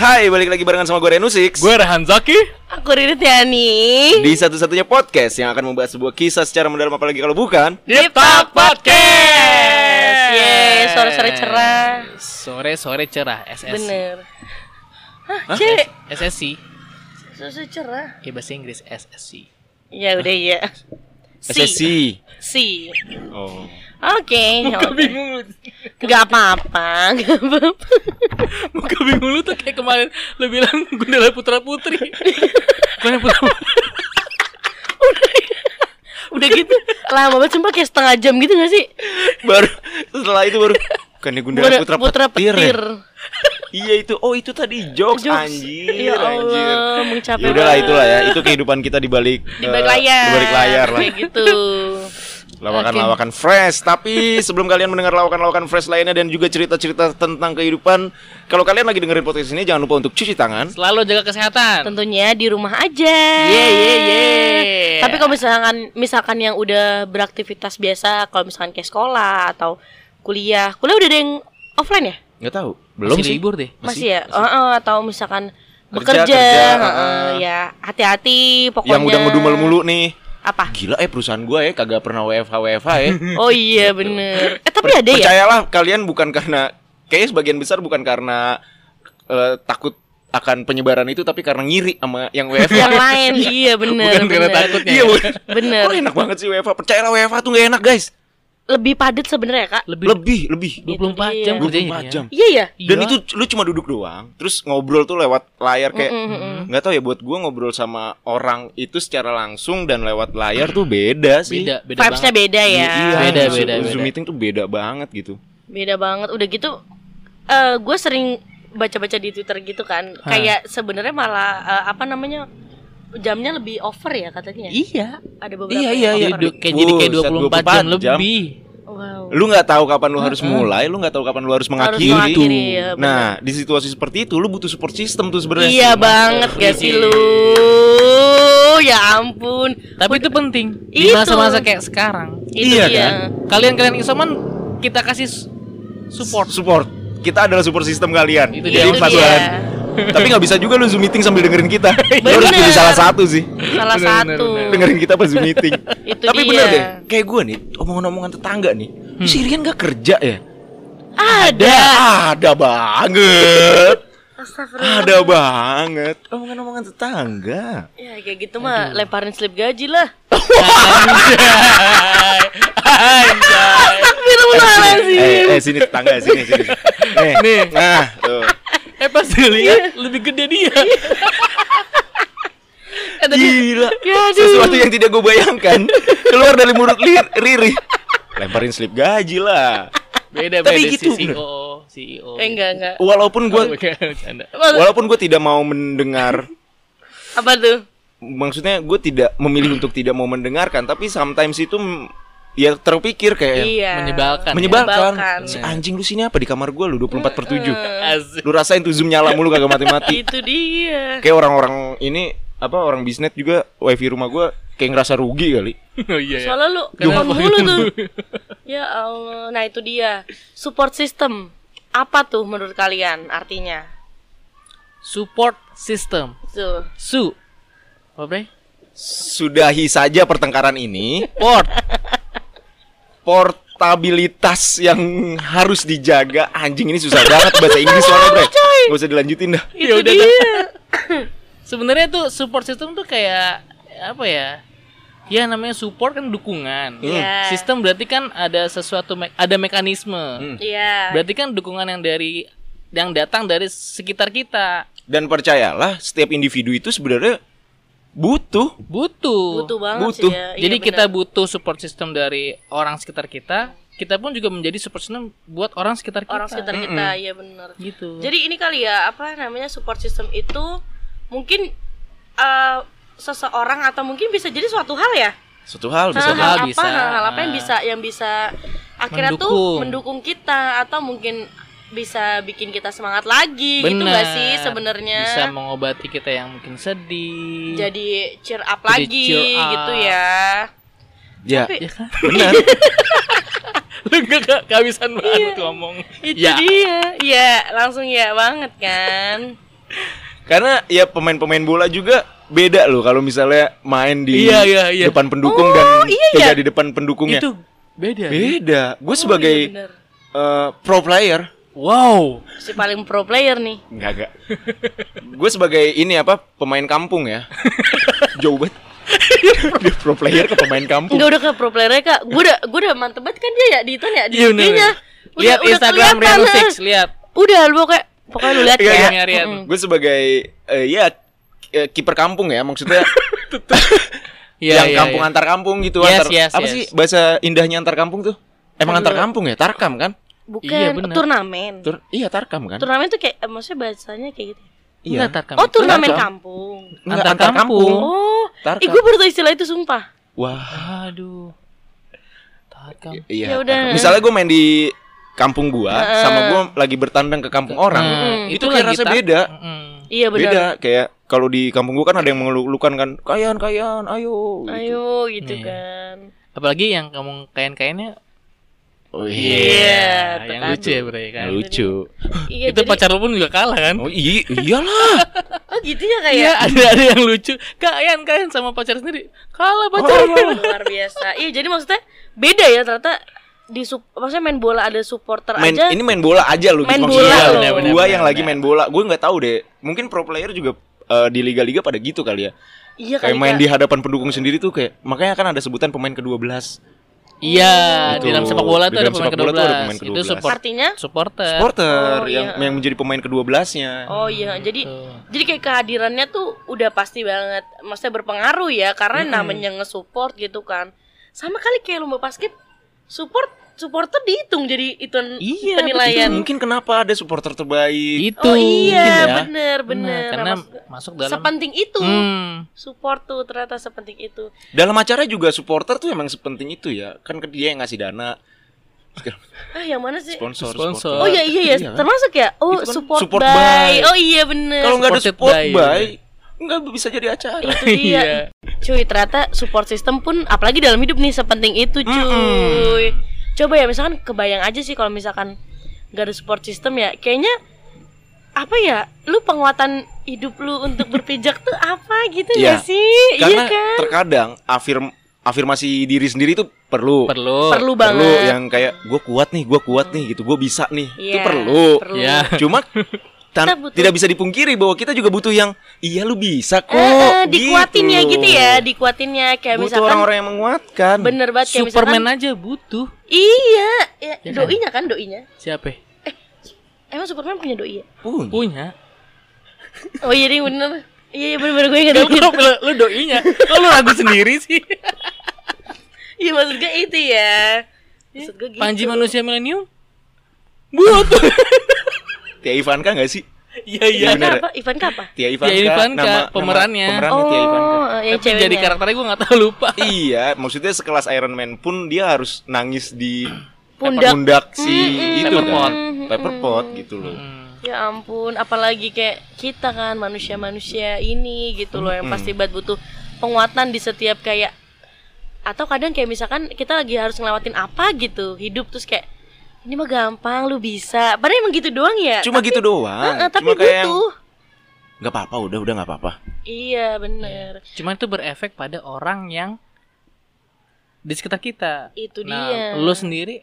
Hai, balik lagi barengan sama gue Renu Six. Gue Rehan Zaki. Aku Riri Tiani. Di satu-satunya podcast yang akan membahas sebuah kisah secara mendalam, apalagi kalau bukan Deep Talk Podcast. Yeay, sore-sore cerah. Sore-sore cerah, SSC. Bener. Hah? Cek, SSC. sore-sore cerah. Bahasa Inggris SSC. Ya udah ya. SSC. C. Oh. Oke. Muka bingung lu. Gak apa-apa. Muka bingung lu tuh kayak kemarin lu bilang Gundala Putra Putri. Bukan Putra. Udah gitu. Lama banget sumpah, kayak setengah jam gitu gak sih? Baru setelah itu baru bukannya Gundala Putra Petir. Petir. Iya itu. Oh, itu tadi jokes. Anjir. Ya Allah, mencapai. Ya udahlah, itulah ya. Itu kehidupan kita di balik layar. Di balik layar lah. Kayak gitu. Lawakan-lawakan fresh. Tapi sebelum kalian mendengar lawakan-lawakan fresh lainnya dan juga cerita-cerita tentang kehidupan, kalau kalian lagi dengerin podcast ini, jangan lupa untuk cuci tangan. Selalu jaga kesehatan. Tentunya di rumah aja. Ye. Tapi kalau misalkan yang udah beraktivitas biasa, kalau misalkan kayak sekolah atau kuliah udah ada yang offline ya? Nggak tahu. Belum masih sih. libur deh. Masih ya? Atau misalkan Kerja, bekerja, kerja, ya hati-hati pokoknya. Yang udah ngedumel mulu nih. Apa? Gila perusahaan gua ya kagak pernah WFH ya. Oh iya bener. Tapi ada ya? Percayalah kalian, bukan karena, kayaknya sebagian besar bukan karena takut akan penyebaran itu, tapi karena ngiri sama yang WFH. Yang lain, iya bener. Bukan karena takutnya. Iya Bener. Oh, enak banget sih WFH. Percayalah WFH tuh gak enak guys. Lebih padat sebenarnya Kak. Lebih 24 Itu jam dia. kerjanya 24 jam. Iya ya. Dan itu lu cuma duduk doang, terus ngobrol tuh lewat layar kayak nggak tahu ya, buat gua ngobrol sama orang itu secara langsung dan lewat layar tuh beda sih. Beda Vibes-nya banget. beda ya. Iya, Beda. Zoom meeting tuh beda banget gitu. Beda banget. Udah gitu gue sering baca-baca di Twitter gitu kan. Kayak sebenarnya malah jamnya lebih over ya katanya. Iya. Ada beberapa. Iya. Jadi kayak 24 jam lebih. Wow. Lu nggak tahu kapan lu harus mulai, lu nggak tahu kapan lu harus mengakhiri. mengakhiri, ya, benar. Nah, di situasi seperti itu lu butuh support system tuh sebenarnya. Iya banget gak sih lu? Ya ampun. Tapi itu penting di Itu. masa-masa kayak sekarang. Itu Iya dia. kan? Kalian isoman kita kasih support. Support. Kita adalah support system kalian. Itu Jadi dia. pas Itu dia. banget. Tapi nggak bisa juga lu Zoom meeting sambil dengerin kita. Lu harus Bener. pilih salah satu sih. Salah Bener. satu. Dengerin kita pas Zoom meeting. Itu Tapi dia. bener deh, kayak gue nih, omongan-omongan tetangga nih. Si Rian gak kerja ya? Ada banget. Astagfirullah. Ada banget. Omongan-omongan tetangga. Ya kayak gitu mah lemparin slip gaji lah. Anjay. Astagfirullahaladzim. Sini tetangga, sini. Nih. Nah, tuh. Pas dilihat lebih gede dia. Gila. Ya, aduh. Sesuatu yang tidak gue bayangkan keluar dari mulut Riri. Lemparin slip gaji lah. Beda Tapi gitu, si CEO. Enggak. Walaupun gue tidak mau mendengar. Apa tuh? Maksudnya gue tidak memilih untuk tidak mau mendengarkan, tapi sometimes itu ya terpikir kayak Iya. menyebalkan. Si anjing lu sini apa di kamar gue lu 24/7. Asik. Lu rasain tuh Zoom nyala mulu kagak mati-mati. Itu dia. Kayak orang-orang ini orang bisnet juga wifi rumah gue kayak ngerasa rugi kali. Oh iya. Soalnya lu telepon mulu tuh. Ya Allah. Nah itu dia. Support system. Apa tuh menurut kalian artinya? Support system. Tuh. Apa, Bre? Sudahi saja pertengkaran ini. Portabilitas yang harus dijaga. Anjing, ini susah banget bahasa Inggris soalnya, Bre. Gak usah dilanjutin dah. Itu udah, dia. Sebenarnya tuh support system tuh kayak apa ya? Ya namanya support kan dukungan. Iya. Sistem berarti kan ada sesuatu ada mekanisme. Iya. Berarti kan dukungan yang datang dari sekitar kita. Dan percayalah, setiap individu itu sebenarnya butuh. Butuh banget Butuh. sih ya. Jadi Iya, kita benar. butuh support system dari orang sekitar kita. Kita pun juga menjadi support system buat orang sekitar kita. orang sekitar kita, iya benar. Gitu. Jadi ini kali ya, apa namanya, support system itu mungkin seseorang atau mungkin bisa jadi suatu hal ya. Suatu hal bisa. hal bisa. Hal apa yang bisa akhirnya tuh mendukung kita, atau mungkin bisa bikin kita semangat lagi. Gitu Bener. gak sih sebenarnya? Bisa mengobati kita yang mungkin sedih. Jadi cheer up Jadi lagi cheer up. gitu ya. Ya, Tapi- Ya kan? benar. Lu gak kehabisan banget ngomong. Itu Ya. dia. Iya, langsung ya banget kan. Karena ya pemain-pemain bola juga beda loh kalau misalnya main di Iya. depan pendukung dan tidak di depan pendukungnya. Itu beda. Beda. Gue sebagai Bener. pro player, Wow. Si paling pro player nih. enggak. Gue sebagai ini apa pemain kampung ya. Jauh banget. Dia pro player ke pemain kampung. Enggak udah ke pro player Kak. Gue udah mantep banget kan dia ya di itu ya di Iya, bener. IG-nya. Lihat Instagram kelihatan, Reno Six, lihat. Udah lu pokoknya lu lihat Iya, ya. iya. Lihat. Gue sebagai kiper kampung ya maksudnya. Yang kampung antar kampung gitu. Yes, apa yes. sih bahasa indahnya antar kampung tuh? Emang antar kampung ya? Tarkam kan? Bukan Iya, bener. turnamen. Iya tarkam kan? Turnamen tuh kayak maksudnya bahasanya kayak gitu. Iya. Oh, turnamen Tarkam. kampung. Enggak, Antar antar kampung. kampung. Oh, Tarkam. gue baru tahu istilah itu sumpah. Wah. Aduh. Tarkam. Iya. Ya udah. tarkam. Misalnya gue main di kampung gua sama gua lagi bertandang ke kampung orang. Itu kayak lagi rasanya beda. Iya benar. Beda kayak kalau di kampung gua kan ada yang mengeluhkan kan, "Kayan, ayo." gitu. Ayo gitu Iya. kan. Apalagi yang kamu kain-kainnya. Oh Iya, yang aduh. lucu ya bro ya kan. Lucu. Iya Itu jadi pacar lu pun juga kalah kan? Oh iyalah. oh gitu ya kayak. Iya, ada yang lucu. Kain sama pacar sendiri kalah pacarnya. Luar biasa. Iya, jadi maksudnya beda ya ternyata maksudnya main bola ada supporter aja. Ini main bola aja lu Main gitu bola maksudnya. loh. Bener, Gua bener, yang lagi bener. main bola, gua nggak tahu deh. Mungkin pro player juga di liga-liga pada gitu kali ya. Iya Kayak kali main Kak. di hadapan pendukung sendiri tuh kayak makanya kan ada sebutan pemain ke-12. Iya, di Gitu. dalam sepak bola Di tuh ada dalam pemain sepak bola tuh ada ke-12. pemain Itu ke-12. Artinya supporter. Supporter Oh, yang iya. menjadi pemain ke-12-nya. Oh iya, jadi Tuh. kayak kehadirannya tuh udah pasti banget, maksudnya berpengaruh ya, karena namanya nge-support gitu kan. Sama kali kayak lomba basket, supporter dihitung jadi itu Iya, penilaian. betul. Mungkin kenapa ada supporter terbaik. Itu Oh mungkin iya, ya. bener. Karena Nah, masuk dalam sepenting itu Hmm. support tuh ternyata sepenting itu. Dalam acara juga supporter tuh emang sepenting itu ya. Kan dia yang ngasih dana. Yang mana sih? Sponsor. Sponsor. Oh iya, kan? termasuk ya. Oh, Itu kan support, support by. by. Oh iya bener. Kalau nggak ada Supported support by. by, nggak bisa jadi acara. Itu dia. Iya. Cuy, ternyata support system pun apalagi dalam hidup nih sepenting itu, cuy. Coba ya misalkan kebayang aja sih kalau misalkan gak ada support system ya, kayaknya apa ya? Lu penguatan hidup lu untuk berpijak tuh apa gitu Iya. ya sih? Karena Iya kan? terkadang afirmasi diri sendiri itu perlu. Perlu Perlu banget. yang kayak gue kuat nih gitu, gue bisa nih. Itu Iya, perlu. Iya. Cuma Kita butuh- tidak bisa dipungkiri bahwa kita juga butuh yang iya lu bisa kok. dikuatin ya gitu ya, dikuatinnya kayak Butuh misalkan orang-orang yang menguatkan. bener banget kayak Superman misalkan aja butuh. iya, ya, Ya kan? doinya kan doinya. Siapa? Emang Superman punya doi ya? Punya. Oh iya ding bener. Iya bener gue nggak Lu, tahu. lu doinya. Kok lu ragu sendiri sih? Iya maksud gue itu ya. Maksud gue gitu. Panji manusia milenium? Butuh. Tia Ivanka nggak sih? Iya iya. Ivanka bener. apa? Ivanka apa? Tia Ivanka, Tia Ivanka, pemerannya. Tia Ivanka. Yang Tapi ceweknya. jadi karakternya gue nggak tahu lupa. Iya, maksudnya sekelas Iron Man pun dia harus nangis di Pundak. si itu Pepperpot. kan, Pepperpot gitu loh. Ya ampun, apalagi kayak kita kan manusia-manusia ini gitu loh yang pasti banget butuh penguatan di setiap kayak atau kadang kayak misalkan kita lagi harus ngelewatin apa gitu hidup terus kayak ini mah gampang lu bisa. Padahal emang gitu doang ya. Cuma gitu doang. Tapi Cuma kayak yang, butuh. nggak apa-apa, udah nggak apa-apa. Iya bener. Cuman itu berefek pada orang yang di sekitar kita. Itu Nah, dia. lu sendiri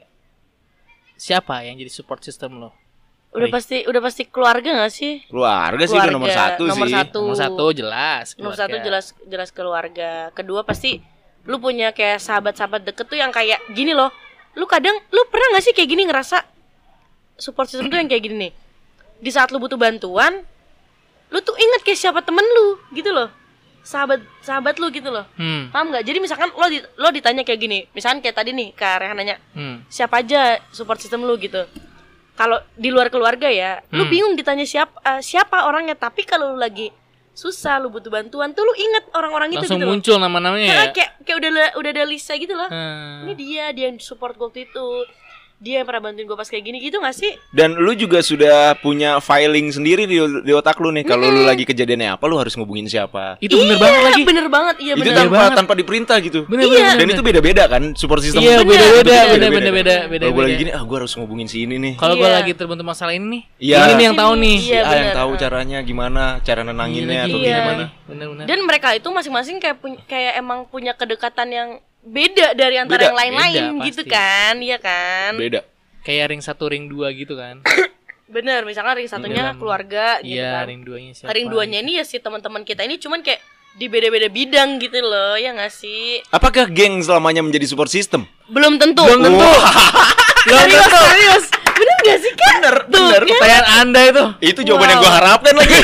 siapa yang jadi support system lo? Udah pasti keluarga gak sih? Keluarga sih udah nomor Keluarga, satu nomor sih. satu. Nomor satu jelas. Nomor satu keluarga. jelas keluarga. Kedua pasti lu punya kayak sahabat-sahabat deket tuh yang kayak gini loh. Lu pernah gak sih kayak gini ngerasa support system tuh yang kayak gini nih. Di saat lu butuh bantuan, lu tuh inget kayak siapa temen lu gitu loh. Sahabat lu gitu loh. Paham gak? Jadi misalkan lo ditanya kayak gini. Misalkan kayak tadi nih Kak Rehan nanya, siapa aja support system lu gitu. Kalau di luar keluarga ya, lu bingung ditanya siapa orangnya. Tapi kalau lu lagi susah, lu butuh bantuan tuh lu inget orang-orang itu Langsung gitu loh. muncul nama-namanya ya. Kayak udah ada lista gitu loh. Ini dia yang support gue waktu itu. dia yang pernah bantuin gue pas kayak gini gitu gak sih? Dan lu juga sudah punya filing sendiri di otak lu nih. Kalau lu lagi kejadiannya apa, lu harus ngubungin siapa. Itu bener banget lagi. Bener banget, iya Itu bener. tanpa diperintah gitu. Bener, Iya. Dan itu beda-beda kan support system. Iya, Beda-beda. beda-beda. Kalau gue lagi gini, gue harus ngubungin si ini nih. Kalau gue Iya. lagi terbentur masalah ini nih, Iya. ini nih yang tahu nih. Iya, Si A yang bener. tahu caranya gimana, cara nenanginnya atau Iya. gimana. Bener-bener. Dan mereka itu masing-masing kayak emang punya kedekatan yang beda dari antara Beda. yang lain-lain Beda, gitu pasti. kan, iya kan? Beda. Kayak ring 1 ring 2 gitu kan. Bener, misalkan ring satunya Dalam- keluarga gitu Iya, kan. ring 2-nya siapa? Ring duanya ini ya si teman-teman kita ini cuman kayak di beda-beda bidang gitu loh, ya nggak sih? Apakah geng selamanya menjadi support system? Belum tentu. Belum tentu. Serius, serius. Bener gak sih kan? Bener, Tuh, bener. kan? Pertanyaan Anda itu. Itu jawaban yang gue harapkan lagi.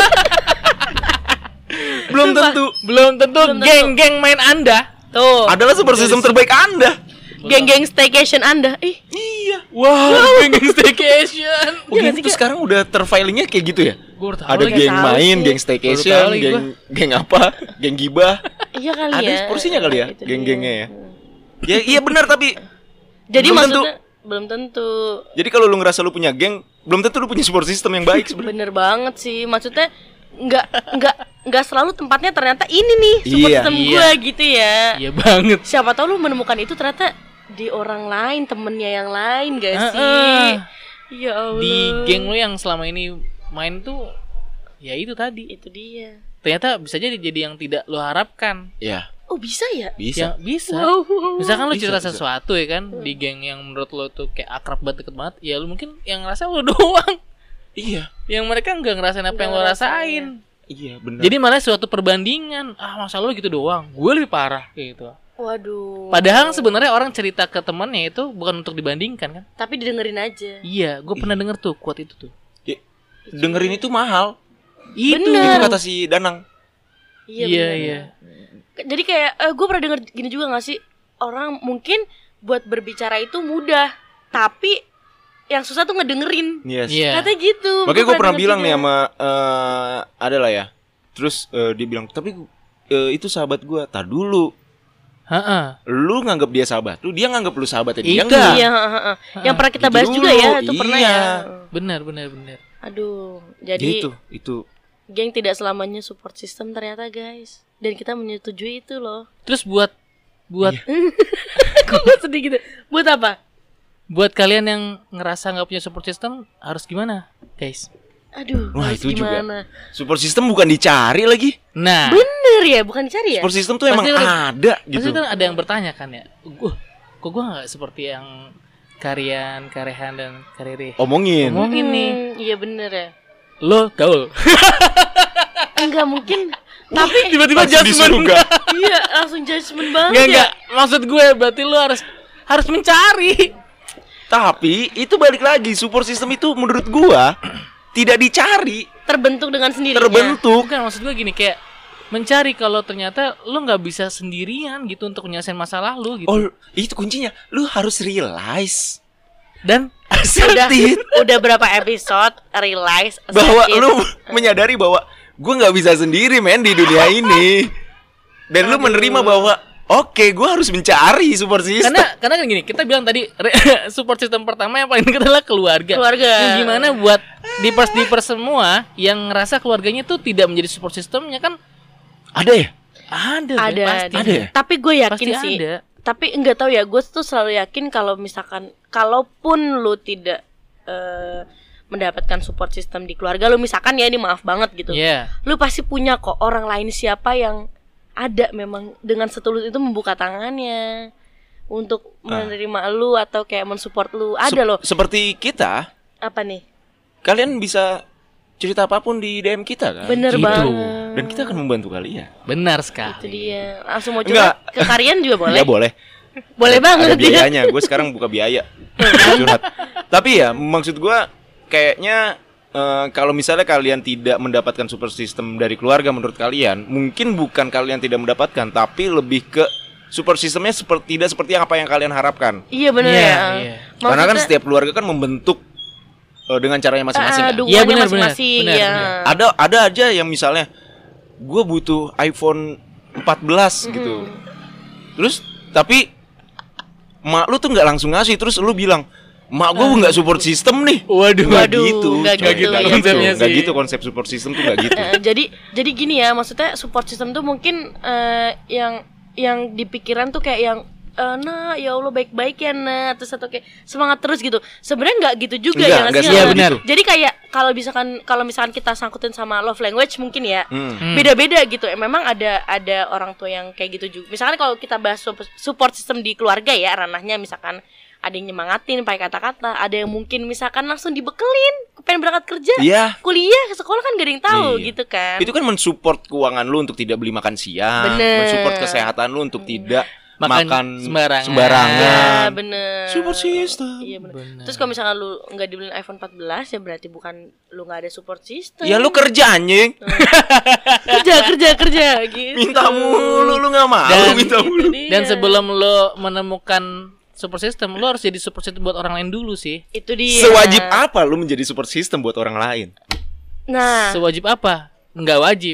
Belum tentu. Belum tentu Belum tentu. geng-geng main Anda. Tuh, Adalah support system terbaik Anda. geng-geng staycation Anda. Iya. Wow, geng staycation. Oh, geng itu sekarang udah terfilingnya kayak gitu ya? Gue tahu Ada lagi. geng tahu main, sih. geng Baru staycation, tahu lagi geng apa? Geng gibah. Iya kali Ada ya. porsinya kali ya, Itu geng-gengnya dia. ya. Ya iya benar tapi Jadi belum maksudnya belum tentu. jadi kalau lu ngerasa lu punya geng, belum tentu lu punya support system yang baik sebenarnya. Bener banget sih. Maksudnya nggak selalu tempatnya ternyata ini nih support Iya. system Iya. gue gitu ya. Iya banget. Siapa tahu lu menemukan itu ternyata di orang lain, temennya yang lain gak sih? Heeh. Ya Allah. Di geng lu yang selama ini main tuh ya itu tadi. Itu dia. Ternyata bisa jadi yang tidak lu harapkan. Iya, Oh bisa ya? bisa. Ya bisa. Wow. Misalkan lu Bisa, cerita bisa. sesuatu ya kan di geng yang menurut lo tuh kayak akrab banget, deket banget, ya lu mungkin yang ngerasa lu doang. Iya. Yang mereka nggak ngerasain apa Nggak yang lo ngerasain. rasain. Iya, benar. Jadi malah suatu perbandingan. Ah, masa lu gitu doang. Gue lebih parah kayak gitu. Waduh. Padahal sebenarnya orang cerita ke temannya itu bukan untuk dibandingkan kan? Tapi didengerin aja. Iya, gue pernah denger tuh quote itu tuh. Ya, dengerin itu mahal. Itu. Bener. Itu kata si Danang. Iya. Iya, bener. iya. Jadi kayak gue pernah denger gini juga gak sih? Orang mungkin buat berbicara itu mudah, tapi yang susah tuh ngedengerin. Yes. Iya. Katanya gitu. Makanya gue pernah denger bilang juga. nih sama ada lah ya. Terus dia bilang, "Tapi itu sahabat gue." Tar dulu. Heeh. Lu nganggap dia sahabat lu, dia nganggap lu sahabatnya dia Itu. enggak. Iya, yang pernah kita Gitu bahas juga dulu, ya, itu pernah iya. ya. Benar. Aduh, jadi Itu. geng tidak selamanya support system ternyata guys. Dan kita menyetujui itu loh. Terus buat Iya. Kok gue sedih gitu? Buat apa? buat kalian yang ngerasa nggak punya support system harus gimana, guys? Aduh, Wah, harus itu juga. gimana? Support system bukan dicari lagi. Nah, Bener ya, bukan dicari ya? Support system tuh Pasti emang kan- ada pasti gitu. kan ada yang bertanya kan ya, kok gue nggak seperti yang Karehan dan Karere Omongin. ngomongin nih, Iya bener ya. lo gaul. Enggak mungkin. Tapi Tiba-tiba Langsung judgement. disuruh. iya langsung judgement banget Enggak, ya. maksud gue berarti lo harus mencari. Tapi itu balik lagi, support system itu menurut gua tidak dicari, Terbentuk dengan sendirinya. terbentuk. Bukan, maksud gue gini, kayak mencari kalau ternyata lo nggak bisa sendirian gitu untuk menyelesaikan masalah lo gitu. Oh, itu kuncinya. Lu harus realize Dan Udah, accept it. udah berapa episode realize Bahwa accept it. lu menyadari bahwa gua nggak bisa sendiri men di dunia ini. Dan lu menerima bahwa oke, gua harus mencari support system. karena kan gini, kita bilang tadi support system pertama yang paling dekat adalah keluarga. Keluarga. Yang gimana buat diper semua yang ngerasa keluarganya tuh tidak menjadi support systemnya kan Ada ya? ada, Ada, pasti. Ada ya? Tapi gue yakin Pasti sih. ada. Tapi enggak tahu ya, gue tuh selalu yakin kalau misalkan kalaupun lu tidak mendapatkan support system di keluarga lu, misalkan ya ini maaf banget gitu. Iya. Lu pasti punya kok orang lain siapa yang ada memang dengan setulus itu membuka tangannya untuk menerima lu atau kayak mensupport lu. Ada loh. Seperti kita, Apa nih? kalian bisa cerita apapun di DM kita kan? Bener Gitu. banget. Dan kita akan membantu kalian. Benar Itu sekali. dia. Langsung mau Enggak. curhat ke Karian juga boleh. Ya boleh. Boleh banget Ada dia. biayanya. Gue sekarang buka biaya. Curhat. Tapi ya maksud gue kayaknya kalau misalnya kalian tidak mendapatkan support system dari keluarga, menurut kalian mungkin bukan kalian tidak mendapatkan, tapi lebih ke support systemnya tidak seperti apa yang kalian harapkan. Iya bener Iya, ya. iya. Karena kan Maksudnya, setiap keluarga kan membentuk dengan caranya masing-masing. kan? dukungannya Iya, benar, masing-masing. benar, Ya. benar. Ada aja yang misalnya gue butuh iPhone 14 gitu. Terus tapi mak lu tuh nggak langsung ngasih, terus lu bilang, mak gue nggak support system nih. Waduh. Nggak gitu, nggak coy. gitu Nggak ya. Konsepnya nggak sih. gitu konsep support system tuh nggak gitu. Jadi gini ya, maksudnya support system tuh mungkin yang di pikiran tuh kayak yang nah ya Allah baik-baik ya nah, terus atau kayak semangat terus gitu. Sebenarnya nggak gitu juga ya nggak sih? Iya, benar. Jadi kayak kalau misalkan kita sangkutin sama love language mungkin ya Hmm. beda-beda gitu. Memang ada orang tua yang kayak gitu juga. Misalkan kalau kita bahas support system di keluarga ya, ranahnya misalkan ada yang nyemangatin pakai kata-kata, ada yang mungkin misalkan langsung dibekelin, pengen berangkat kerja, Iya. kuliah, sekolah kan gak ada yang tahu Iya. gitu kan. Itu kan mensupport keuangan lu untuk tidak beli makan siang, Bener. mensupport kesehatan lu untuk tidak Makan makan sembarangan. Ya bener. Support system. Iya bener. Terus kalau misalkan lu nggak dibeliin iPhone 14 ya berarti bukan lu nggak ada support system. Ya lu kerja anjing. kerja gitu. Minta mulu lu nggak mau Dan- minta mulu. Dan sebelum lo menemukan support system, lo harus jadi support system buat orang lain dulu sih. Itu dia. Sewajib apa lu menjadi support system buat orang lain? Nah, Sewajib apa? Nggak wajib.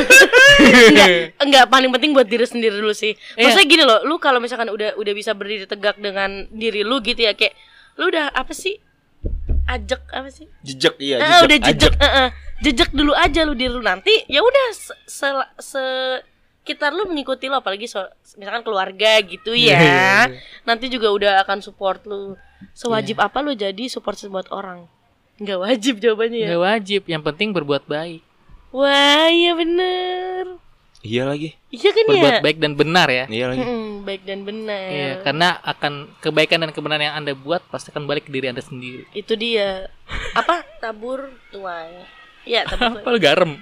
enggak paling penting buat diri sendiri dulu sih. Iya. Maksudnya gini loh, lu kalau misalkan udah bisa berdiri tegak dengan diri lu gitu ya, kayak lu udah apa sih? Ajak apa sih? Jejak iya, Udah jejak, ajak. jejak dulu aja lu diri lu, nanti ya udah sekitar lu mengikuti lo, apalagi misalkan keluarga gitu ya. Nanti juga udah akan support lu. Sewajib apa lu jadi support buat orang? Nggak wajib jawabannya ya. Nggak wajib. Yang penting berbuat baik. Wah, iya bener. Iya lagi. Iya kan Berbuat ya. baik dan benar ya. Iya lagi. Baik dan benar. Iya, karena akan kebaikan dan kebenaran yang Anda buat pasti akan balik ke diri Anda sendiri. Itu dia. Apa? Tabur tuai. Iya, tabur Apa tuai. lu garam?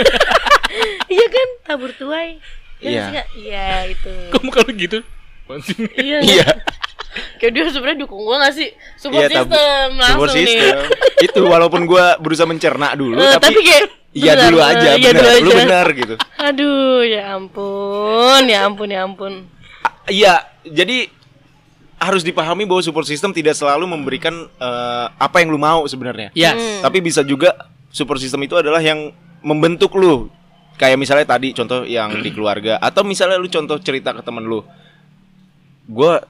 Iya kan? Tabur tuai. Iya. Iya. Iya, itu. Kamu kalau gitu? Iya. Iya. Kayak dia sebenarnya dukung gua gak sih? Support Iya, system langsung support nih. system. Itu walaupun gua berusaha mencerna dulu Tapi kayak iya benar, dulu aja, iya benar. dulu Lu aja. benar gitu. Aduh, ya ampun, ya ampun, ya ampun. Iya, jadi harus dipahami bahwa support system tidak selalu memberikan apa yang lu mau sebenarnya. Yes. Tapi bisa juga support system itu adalah yang membentuk lu. Kayak misalnya tadi contoh yang di keluarga, atau misalnya lu contoh cerita ke temen lu. Gua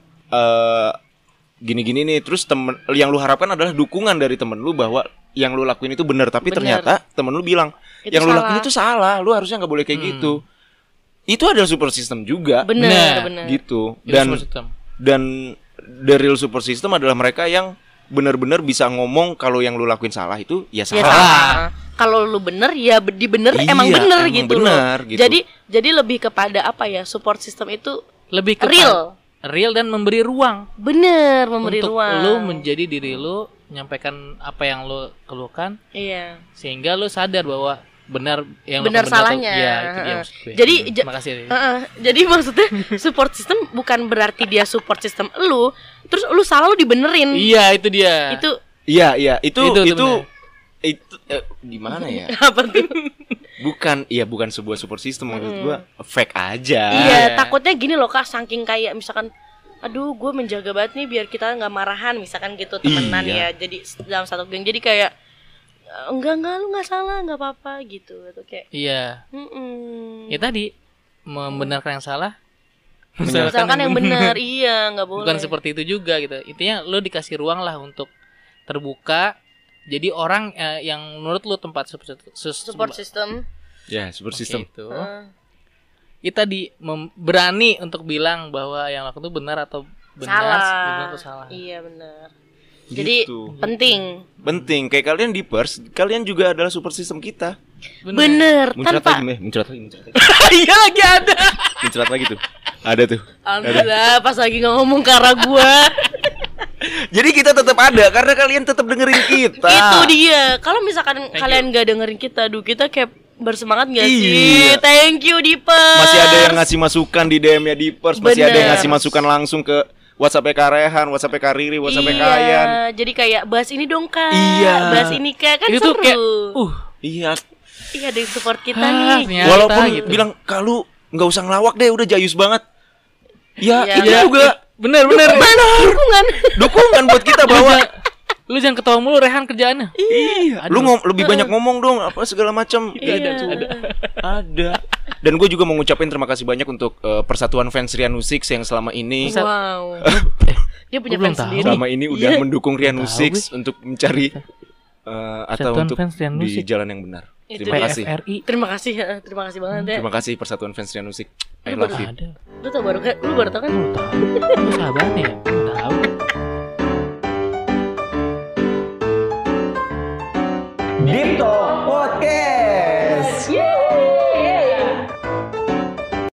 gini-gini nih, terus temen yang lu harapkan adalah dukungan dari temen lu bahwa yang lu lakuin itu benar, tapi Bener. ternyata temen lu bilang Itu yang lu salah. lakuin itu salah, lu harusnya nggak boleh kayak gitu. Itu adalah support system juga. Bener, Nah, bener. Gitu. Itu Dan support system. dan the real support system adalah mereka yang benar-benar bisa ngomong kalau yang lu lakuin salah itu ya Ya salah. salah. Kalau lu bener ya dibener Iya, emang bener emang gitu bener, loh. gitu. Jadi lebih kepada apa ya? Support system itu Lebih ke real dan memberi ruang bener memberi untuk ruang. lu menjadi diri lu, menyampaikan apa yang lu keluhkan Iya. sehingga lu sadar bahwa benar yang Benar lu lakukan salahnya. Iya, itu dia maksud gue. Jadi Terima kasih. Jadi maksudnya support system bukan berarti dia support system lu, terus lu salah lu dibenerin. Iya, itu dia. Itu Iya, itu Itu gimana ya? apa tuh? Bukan sebuah support system menurut gua fake aja. Iya, takutnya gini loh Kak, saking kayak misalkan aduh gue menjaga banget nih biar kita nggak marahan misalkan gitu temenan Iya. ya, jadi dalam satu geng jadi kayak enggak lu nggak salah nggak apa-apa gitu atau kayak Iya. mm-mm. Ya tadi membenarkan yang salah. misalkan yang benar iya nggak boleh. Bukan seperti itu juga gitu. Intinya lu dikasih ruang lah untuk terbuka. Jadi orang yang menurut lu tempat support system. Ya, support system. itu. Kita berani untuk bilang bahwa yang lakukan itu benar atau benar, benar atau salah. Iya benar. Jadi Gitu. penting. Kayak kalian di Pers, kalian juga adalah support system kita. Bener. Muncrat Tanpa lagi, muncrat lagi. Iya lagi ada. Muncrat lagi tuh. Ada tuh. alhamdulillah pas lagi ngomong ke arah gua. Jadi kita tetap ada karena kalian tetap dengerin kita. Itu dia. Kalau misalkan kalian gak dengerin kita, aduh kita kayak bersemangat gak sih? Iya. Thank you Dipers. Masih ada yang ngasih masukan di DM-nya di Pers, masih ada yang Bener. ngasih masukan langsung ke WhatsApp-nya Karehan, WhatsApp-nya Kariri, WhatsApp-nya Iya, Kayan. jadi kayak bahas ini dong Kak. Iya. Bahas ini Kak, kan Itu tuh seru. kayak Iya. Iya ada yang support kita nih. ternyata Walaupun gitu. bilang kalau nggak usah ngelawak deh, udah jayus banget. Ya, Iya. itu Iya. juga Bener. Dukungan. dukungan buat kita bahwa Lu jangan ketawa mulu Rehan kerjaannya. iya, lu lebih banyak ngomong dong apa segala macam. Iya. Ada. Dan gue juga mau ngucapin terima kasih banyak untuk Persatuan Fans Rian Musik yang selama ini Wow. Dia punya Gua belum fans tahu. sendiri. Selama ini udah Iya. mendukung Rianu Tahu, Six untuk mencari atau Persatuan untuk Fans Rianu di Six. jalan yang benar. Itu Terima dia. kasih. PFRI Terima kasih banget ya. Terima kasih Persatuan Fans Rianu Six. I Lu love you. ada. Lu tau baru kan? Lu baru tau kan? Lu tahu. Lu sahabatnya ya? Lu tahu. Deep Talk